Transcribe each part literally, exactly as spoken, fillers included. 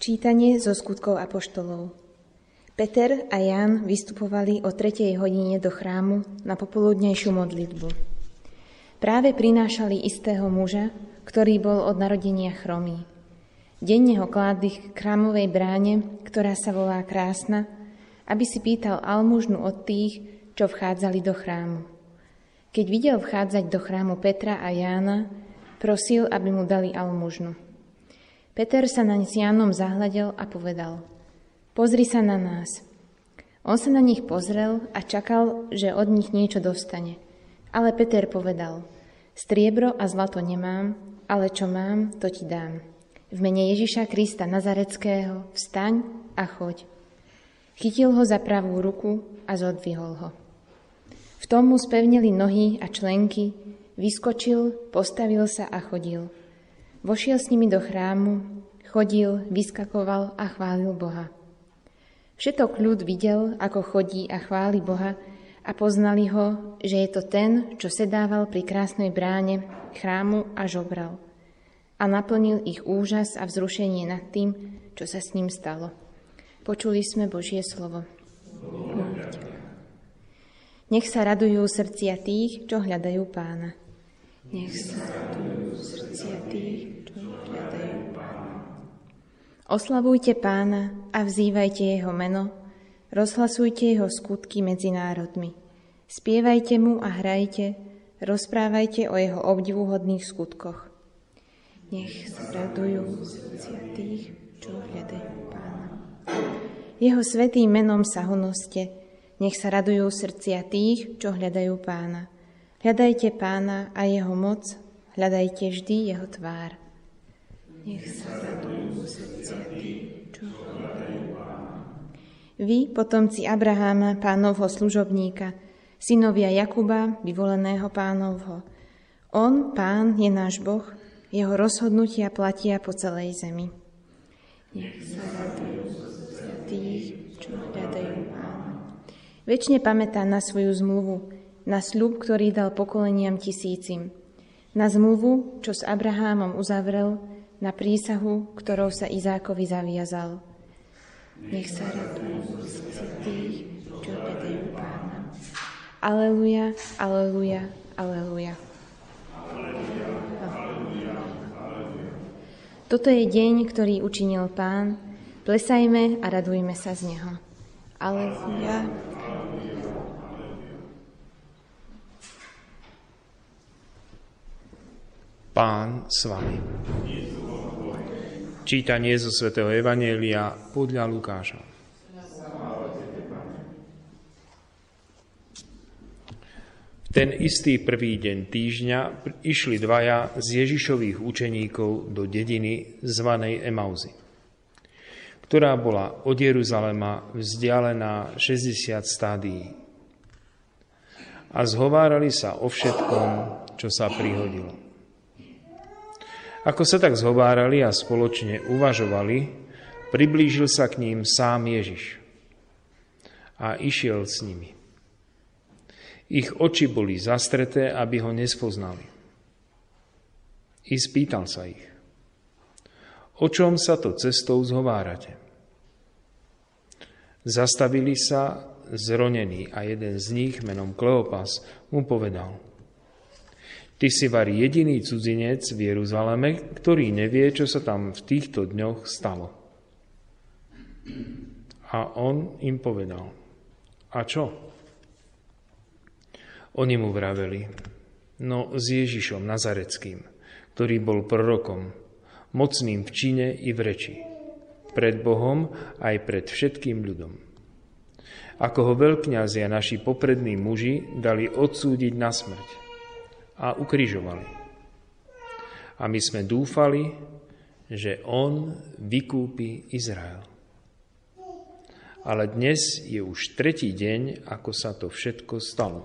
Čítanie zo skutkov apoštolov. Peter a Ján vystupovali o tretej hodine do chrámu na popoludnejšiu modlitbu. Práve prinášali istého muža, ktorý bol od narodenia chromý. Denne ho kládli k chrámovej bráne, ktorá sa volá Krásna, aby si pýtal almužnu od tých, čo vchádzali do chrámu. Keď videl vchádzať do chrámu Petra a Jána, prosil, aby mu dali almužnu. Peter sa naň s Jánom zahľadel a povedal: Pozri sa na nás. On sa na nich pozrel a čakal, že od nich niečo dostane. Ale Peter povedal: Striebro a zlato nemám, ale čo mám, to ti dám. V mene Ježiša Krista Nazareckého vstaň a choď. Chytil ho za pravú ruku a zodvihol ho. V tom mu spevnili nohy a členky, vyskočil, postavil sa a chodil. Vošiel s nimi do chrámu, chodil, vyskakoval a chválil Boha. Všetok ľud videl, ako chodí a chváli Boha a poznali ho, že je to ten, čo sedával pri krásnej bráne chrámu a žobral. A naplnil ich úžas a vzrušenie nad tým, čo sa s ním stalo. Počuli sme Božie slovo. Nech sa radujú srdcia tých, čo hľadajú Pána. Nech sa radujú srdcia tých, čo hľadajú Pána. Oslavujte Pána a vzývajte jeho meno, rozhlasujte jeho skutky medzi národmi. Spievajte mu a hrajte, rozprávajte o jeho obdivuhodných skutkoch. Nech sa radujú srdcia tých, čo hľadajú Pána. Jeho svätým menom sa honoste, nech sa radujú srdcia tých, čo hľadajú Pána. Hľadajte Pána a jeho moc, hľadajte vždy jeho tvár. Nech sa radujú srdcia tých, čo hľadajú Pána. Vy, potomci Abraháma, Pánovho služobníka, synovia Jakuba, vyvoleného Pánovho. On, Pán, je náš Boh, jeho rozhodnutia platia po celej zemi. Nech sa radujú srdcia tých, čo hľadajú Pána. Večne pamätá na svoju zmluvu, na sľub, ktorý dal pokoleniam tisícim, na zmluvu, čo s Abrahámom uzavrel, na prísahu, ktorou sa Izákovi zaviazal. Nech sa radujú srdcia tých, čo hľadajú Pána. Aleluja, aleluja, aleluja. Toto je deň, ktorý učinil Pán. Plesajme a radujme sa z neho. Aleluja. Pán s vami. Čítanie zo svätého Evanjelia podľa Lukáša. V ten istý prvý deň týždňa išli dvaja z Ježišových učeníkov do dediny zvanej Emauzy, ktorá bola od Jeruzalema vzdialená šesťdesiat stádií. A zhovárali sa o všetkom, čo sa prihodilo. Ako sa tak zhovárali a spoločne uvažovali, priblížil sa k ním sám Ježiš a išiel s nimi. Ich oči boli zastreté, aby ho nespoznali. I spýtal sa ich: O čom sa to cestou zhovárate? Zastavili sa zronení a jeden z nich, menom Kleopas, mu povedal: Ty si vari jediný cudzinec v Jeruzaleme, ktorý nevie, čo sa tam v týchto dňoch stalo. A on im povedal: A čo? Oni mu vraveli: No s Ježišom Nazareckým, ktorý bol prorokom, mocným v čine i v reči, pred Bohom aj pred všetkým ľudom. Ako ho veľkňazia naši poprední muži dali odsúdiť na smrť a ukrižovali. A my sme dúfali, že on vykúpi Izrael. Ale dnes je už tretí deň, ako sa to všetko stalo.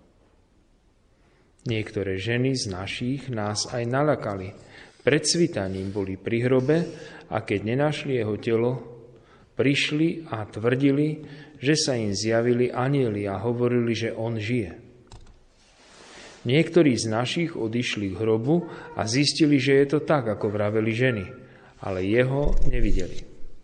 Niektoré ženy z našich nás aj nalakali. Pred svitaním boli pri hrobe a keď nenašli jeho telo, prišli a tvrdili, že sa im zjavili anjeli a hovorili, že on žije. Niektorí z našich odišli k hrobu a zistili, že je to tak, ako vraveli ženy, ale jeho nevideli.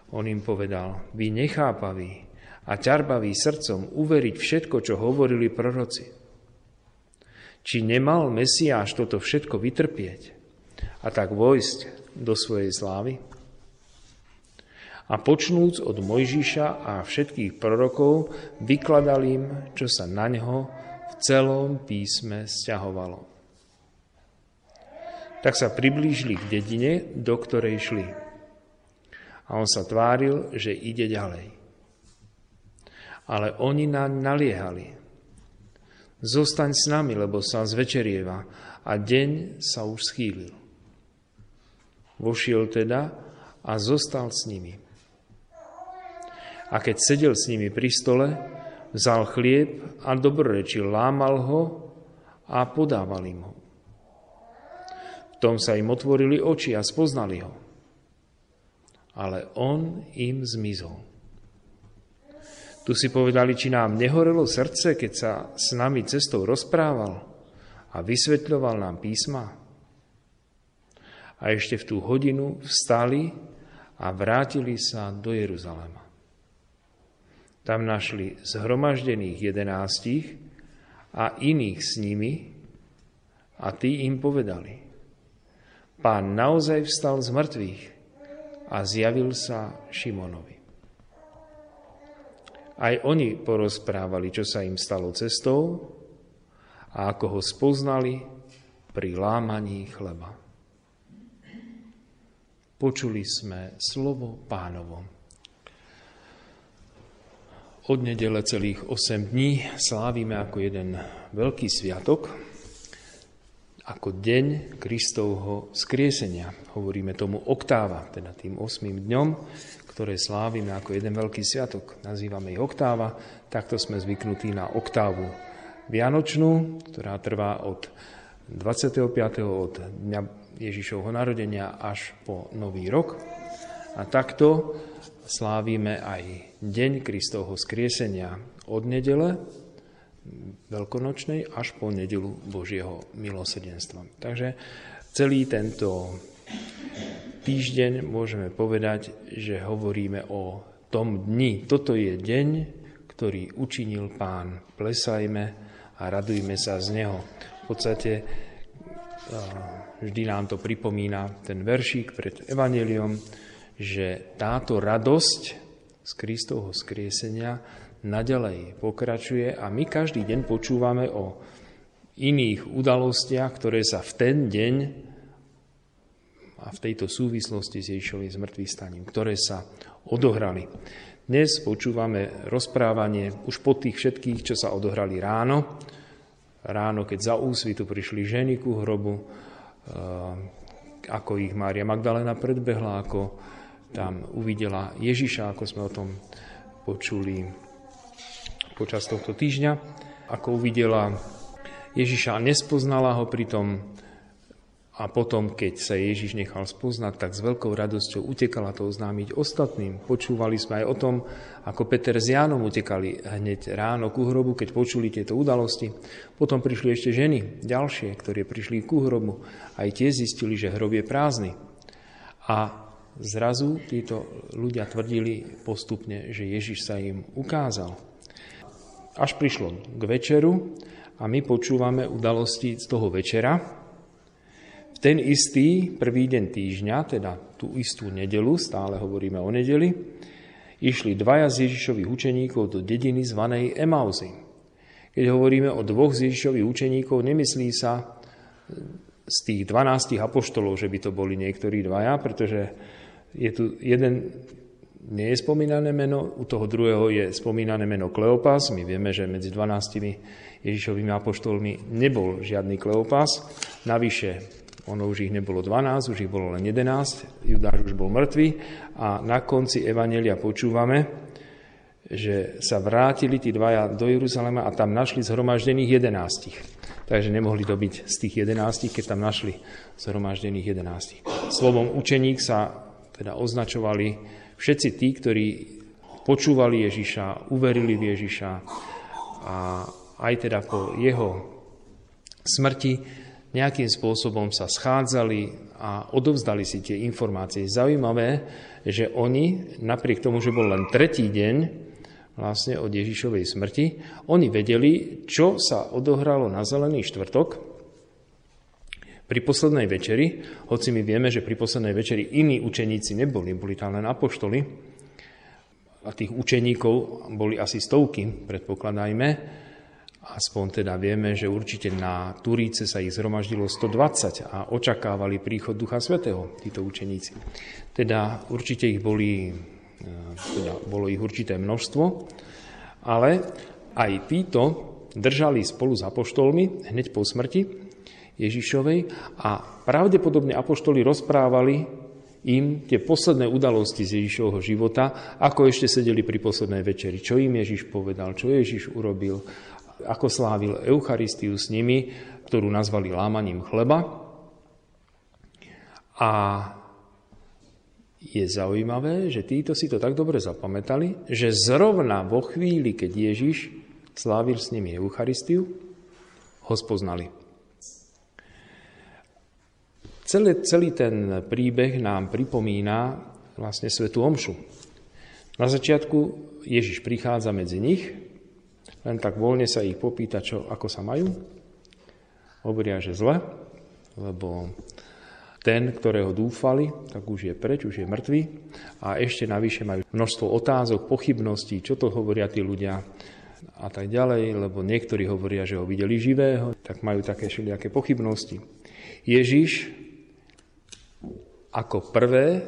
On im povedal: vy nechápaví a ťarbaví srdcom uveriť všetko, čo hovorili proroci. Či nemal Mesiáš toto všetko vytrpieť a tak vojsť do svojej slávy? A počnúc od Mojžiša a všetkých prorokov, vykladal im, čo sa na neho v celom písme sťahovalo. Tak sa priblížili k dedine, do ktorej šli. A on sa tváril, že ide ďalej. Ale oni naň naliehali: zostaň s nami, lebo sa zvečerieva a deň sa už schýlil. Vošiel teda a zostal s nimi. A keď sedel s nimi pri stole, vzal chlieb a dobrorečil, lámal ho a podával im ho. V tom sa im otvorili oči a spoznali ho. Ale on im zmizol. Tu si povedali, či nám nehorelo srdce, keď sa s nami cestou rozprával a vysvetľoval nám písma. A ešte v tú hodinu vstali a vrátili sa do Jeruzalema. Tam našli zhromaždených jedenástich a iných s nimi a tí im povedali: Pán naozaj vstal z mŕtvych a zjavil sa Šimonovi. Aj oni porozprávali, čo sa im stalo cestou a ako ho spoznali pri lámaní chleba. Počuli sme slovo Pánovo. Od nedele celých osem dní slávime ako jeden veľký sviatok, ako deň Kristovho skriesenia. Hovoríme tomu oktáva, teda tým osmým dňom, ktoré slávime ako jeden veľký sviatok. Nazývame ich oktáva, takto sme zvyknutí na oktávu vianočnú, ktorá trvá od dvadsiateho piateho od dňa Ježišovho narodenia až po Nový rok. A takto slávime aj deň Kristovho skriesenia od nedele veľkonočnej až po nedelu Božieho milosrdenstva. Takže celý tento týždeň môžeme povedať, že hovoríme o tom dni. Toto je deň, ktorý učinil Pán. Plesajme a radujme sa z neho. V podstate vždy nám to pripomína ten veršík pred evanjeliom, že táto radosť z Kristovho skriesenia naďalej pokračuje a my každý deň počúvame o iných udalostiach, ktoré sa v ten deň a v tejto súvislosti s Ježišovým zmŕtvychvstaním, ktoré sa odohrali. Dnes počúvame rozprávanie už po tých všetkých, čo sa odohrali ráno. Ráno, keď za úsvitu prišli ženy ku hrobu, ako ich Mária Magdalena predbehla, ako tam uvidela Ježiša, ako sme o tom počuli počas tohto týždňa, ako uvidela Ježiša a nespoznala ho pritom. A potom, keď sa Ježiš nechal spoznať, tak s veľkou radosťou utekala to oznámiť ostatným. Počúvali sme aj o tom, ako Peter s Jánom utekali hneď ráno ku hrobu, keď počuli tieto udalosti. Potom prišli ešte ženy, ďalšie, ktoré prišli ku hrobu. Aj tie zistili, že hrob je prázdny. A zrazu títo ľudia tvrdili postupne, že Ježiš sa im ukázal. Až prišlo k večeru a my počúvame udalosti z toho večera. Ten istý prvý deň týždňa, teda tú istú nedelu, stále hovoríme o nedeli, išli dvaja z Ježišových učeníkov do dediny zvanej Emauzy. Keď hovoríme o dvoch z Ježišových učeníkov, nemyslí sa z tých dvanástich apoštolov, že by to boli niektorí dvaja, pretože je tu jeden, nie je spomínané meno, u toho druhého je spomínané meno Kleopas. My vieme, že medzi dvanástimi Ježišovými apoštolmi nebol žiadny Kleopas. Navyše, ono už ich nebolo dvanásť, už ich bolo len jedenásť, Judáš už bol mŕtvý a na konci evanjelia počúvame, že sa vrátili tí dvaja do Jeruzalema a tam našli zhromaždených jedenástich. Takže nemohli to byť z tých jedenástich, keď tam našli zhromaždených jedenástich. Slovom učeník sa teda označovali všetci tí, ktorí počúvali Ježiša, uverili v Ježiša a aj teda po jeho smrti nejakým spôsobom sa schádzali a odovzdali si tie informácie. Zaujímavé, že oni, napriek tomu, že bol len tretí deň vlastne od Ježišovej smrti, oni vedeli, čo sa odohralo na Zelený štvrtok, pri poslednej večeri, hoci my vieme, že pri poslednej večeri iní učeníci neboli, boli tam len apoštoli a tých učeníkov boli asi stovky, predpokladajme, aspoň teda vieme, že určite na Turíce sa ich zhromaždilo stodvadsať a očakávali príchod Ducha Svätého, títo učeníci. Teda určite ich boli, teda bolo ich určité množstvo, ale aj títo držali spolu s apoštolmi hneď po smrti Ježišovej a pravdepodobne apoštoli rozprávali im tie posledné udalosti z Ježišovho života, ako ešte sedeli pri poslednej večeri, čo im Ježiš povedal, čo Ježiš urobil, ako slávil Eucharistiu s nimi, ktorú nazvali lámaním chleba. A je zaujímavé, že títo si to tak dobre zapamätali, že zrovna vo chvíli, keď Ježiš slávil s nimi Eucharistiu, ho spoznali. Celý, celý ten príbeh nám pripomína vlastne svätú omšu. Na začiatku Ježiš prichádza medzi nich, len tak voľne sa ich popýta, čo, ako sa majú. Hovoria, že zle, lebo ten, ktorého dúfali, tak už je preč, už je mŕtvý a ešte navyše majú množstvo otázok, pochybností, čo to hovoria tí ľudia a tak ďalej, lebo niektorí hovoria, že ho videli živého, tak majú také všelijaké pochybnosti. Ježiš ako prvé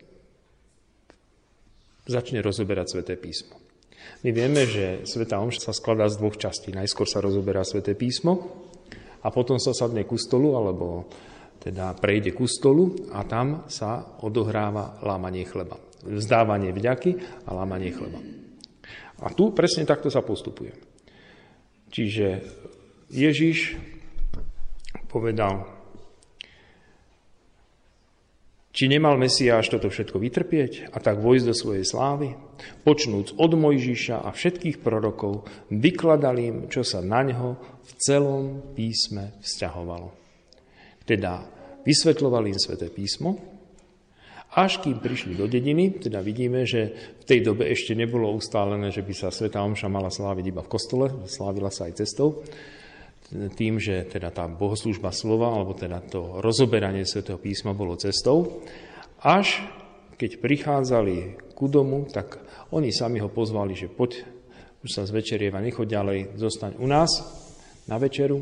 začne rozoberať Sväté písmo. My vieme, že Svätá omša sa skladá z dvoch častí. Najskôr sa rozoberá Sväté písmo a potom sa sadne ku stolu, alebo teda prejde ku stolu a tam sa odohráva lámanie chleba. Vzdávanie vďaky a lámanie chleba. A tu presne takto sa postupuje. Čiže Ježiš povedal: či nemal Mesiáš toto všetko vytrpieť a tak vojsť do svojej slávy? Počnúc od Mojžiša a všetkých prorokov, vykladal im, čo sa na ňo v celom písme vzťahovalo. Teda vysvetľoval im Sväté písmo, až kým prišli do dediny, teda vidíme, že v tej dobe ešte nebolo ustálené, že by sa Svätá omša mala sláviť iba v kostole, slávila sa aj cestou, tým, že teda tá bohoslúžba slova, alebo teda to rozoberanie Svätého písma bolo cestou. Až keď prichádzali ku domu, tak oni sami ho pozvali, že poď, už sa zvečerieva, nechoď ďalej, zostaň u nás na večeru.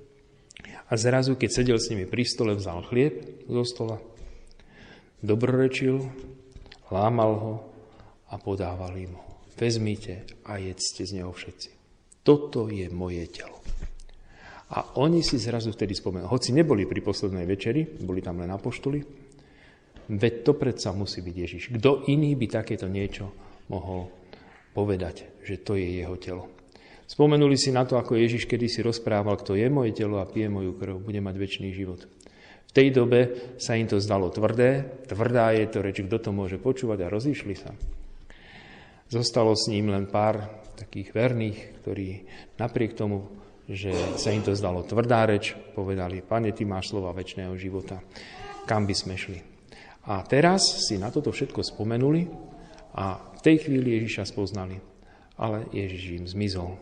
A zrazu, keď sedel s nimi pri stole, vzal chlieb zo stola, dobrorečil, lámal ho a podával im ho. Vezmite a jedzte z neho všetci. Toto je moje telo. A oni si zrazu vtedy spomenuli, hoci neboli pri poslednej večeri, boli tam len apoštoli, veď to predsa musí byť Ježiš. Kto iný by takéto niečo mohol povedať, že to je jeho telo. Spomenuli si na to, ako Ježiš kedysi rozprával, kto je moje telo a pije moju krv, bude mať večný život. V tej dobe sa im to zdalo tvrdé, tvrdá je to reč, kto to môže počúvať, a rozišli sa. Zostalo s ním len pár takých verných, ktorí napriek tomu, že sa im to zdalo tvrdá reč, povedali: Pane, ty máš slova večného života, kam by sme šli? A teraz si na toto všetko spomenuli a v tej chvíli Ježiša spoznali, ale Ježiš im zmizol.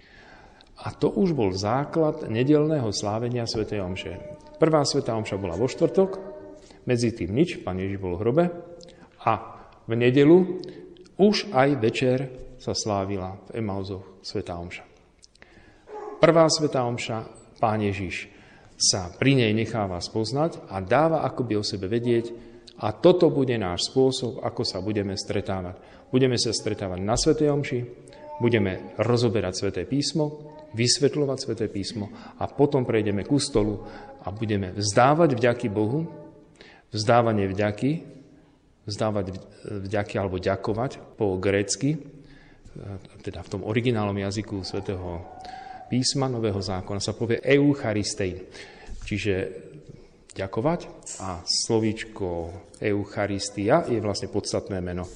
A to už bol základ nedeľného slávenia svätej omše. Prvá svätá omša bola vo štvrtok, medzi tým nič, Pán Ježiš bol v hrobe, a v nedeľu už aj večer sa slávila v Emauzoch svätá omša. Prvá svätá omša, Pán Ježiš sa pri nej necháva spoznať a dáva akoby o sebe vedieť, a toto bude náš spôsob, ako sa budeme stretávať. Budeme sa stretávať na svätej omši, budeme rozoberať Sväté písmo, vysvetľovať Sväté písmo a potom prejdeme ku stolu a budeme vzdávať vďaky Bohu. Vzdávanie vďaky, vzdávať vďaky alebo ďakovať po grécky, teda v tom originálnom jazyku Svätého písma Nového zákona sa povie Eucharistein, čiže ďakovať, a slovíčko Eucharistia je vlastne podstatné meno.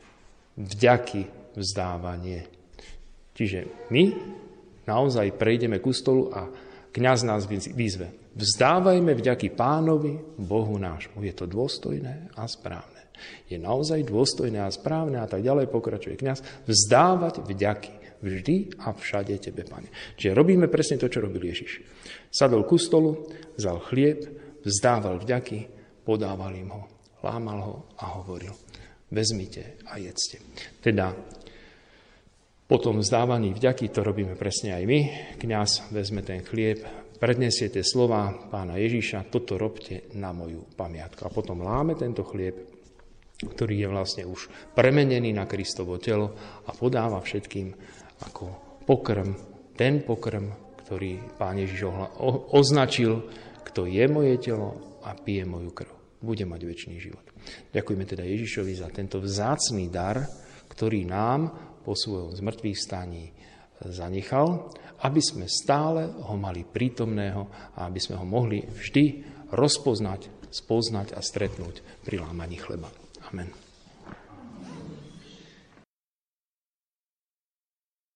Vďaky, vzdávanie. Čiže my naozaj prejdeme ku stolu a kňaz nás výzve. Vzdávajme vďaky Pánovi, Bohu nášmu. Je to dôstojné a správne. Je naozaj dôstojné a správne a tak ďalej pokračuje kňaz. Vzdávať vďaky vždy a všade Tebe, Pane. Čiže robíme presne to, čo robil Ježiš. Sadol ku stolu, vzal chlieb, vzdával vďaky, podával im ho, lámal ho a hovoril: vezmite a jedzte. Teda po tom vzdávaní vďaky to robíme presne aj my. Kňaz vezme ten chlieb, predniesie tie slová Pána Ježiša: toto robte na moju pamiatku. A potom láme tento chlieb, ktorý je vlastne už premenený na Kristovo telo a podáva všetkým ako pokrm, ten pokrm, ktorý Pán Ježiš označil: kto je moje telo a pije moju krv, bude mať večný život. Ďakujeme teda Ježišovi za tento vzácny dar, ktorý nám po svojom zmŕtvychvstaní zanechal, aby sme stále ho mali prítomného a aby sme ho mohli vždy rozpoznať, spoznať a stretnúť pri lámaní chleba. Amen.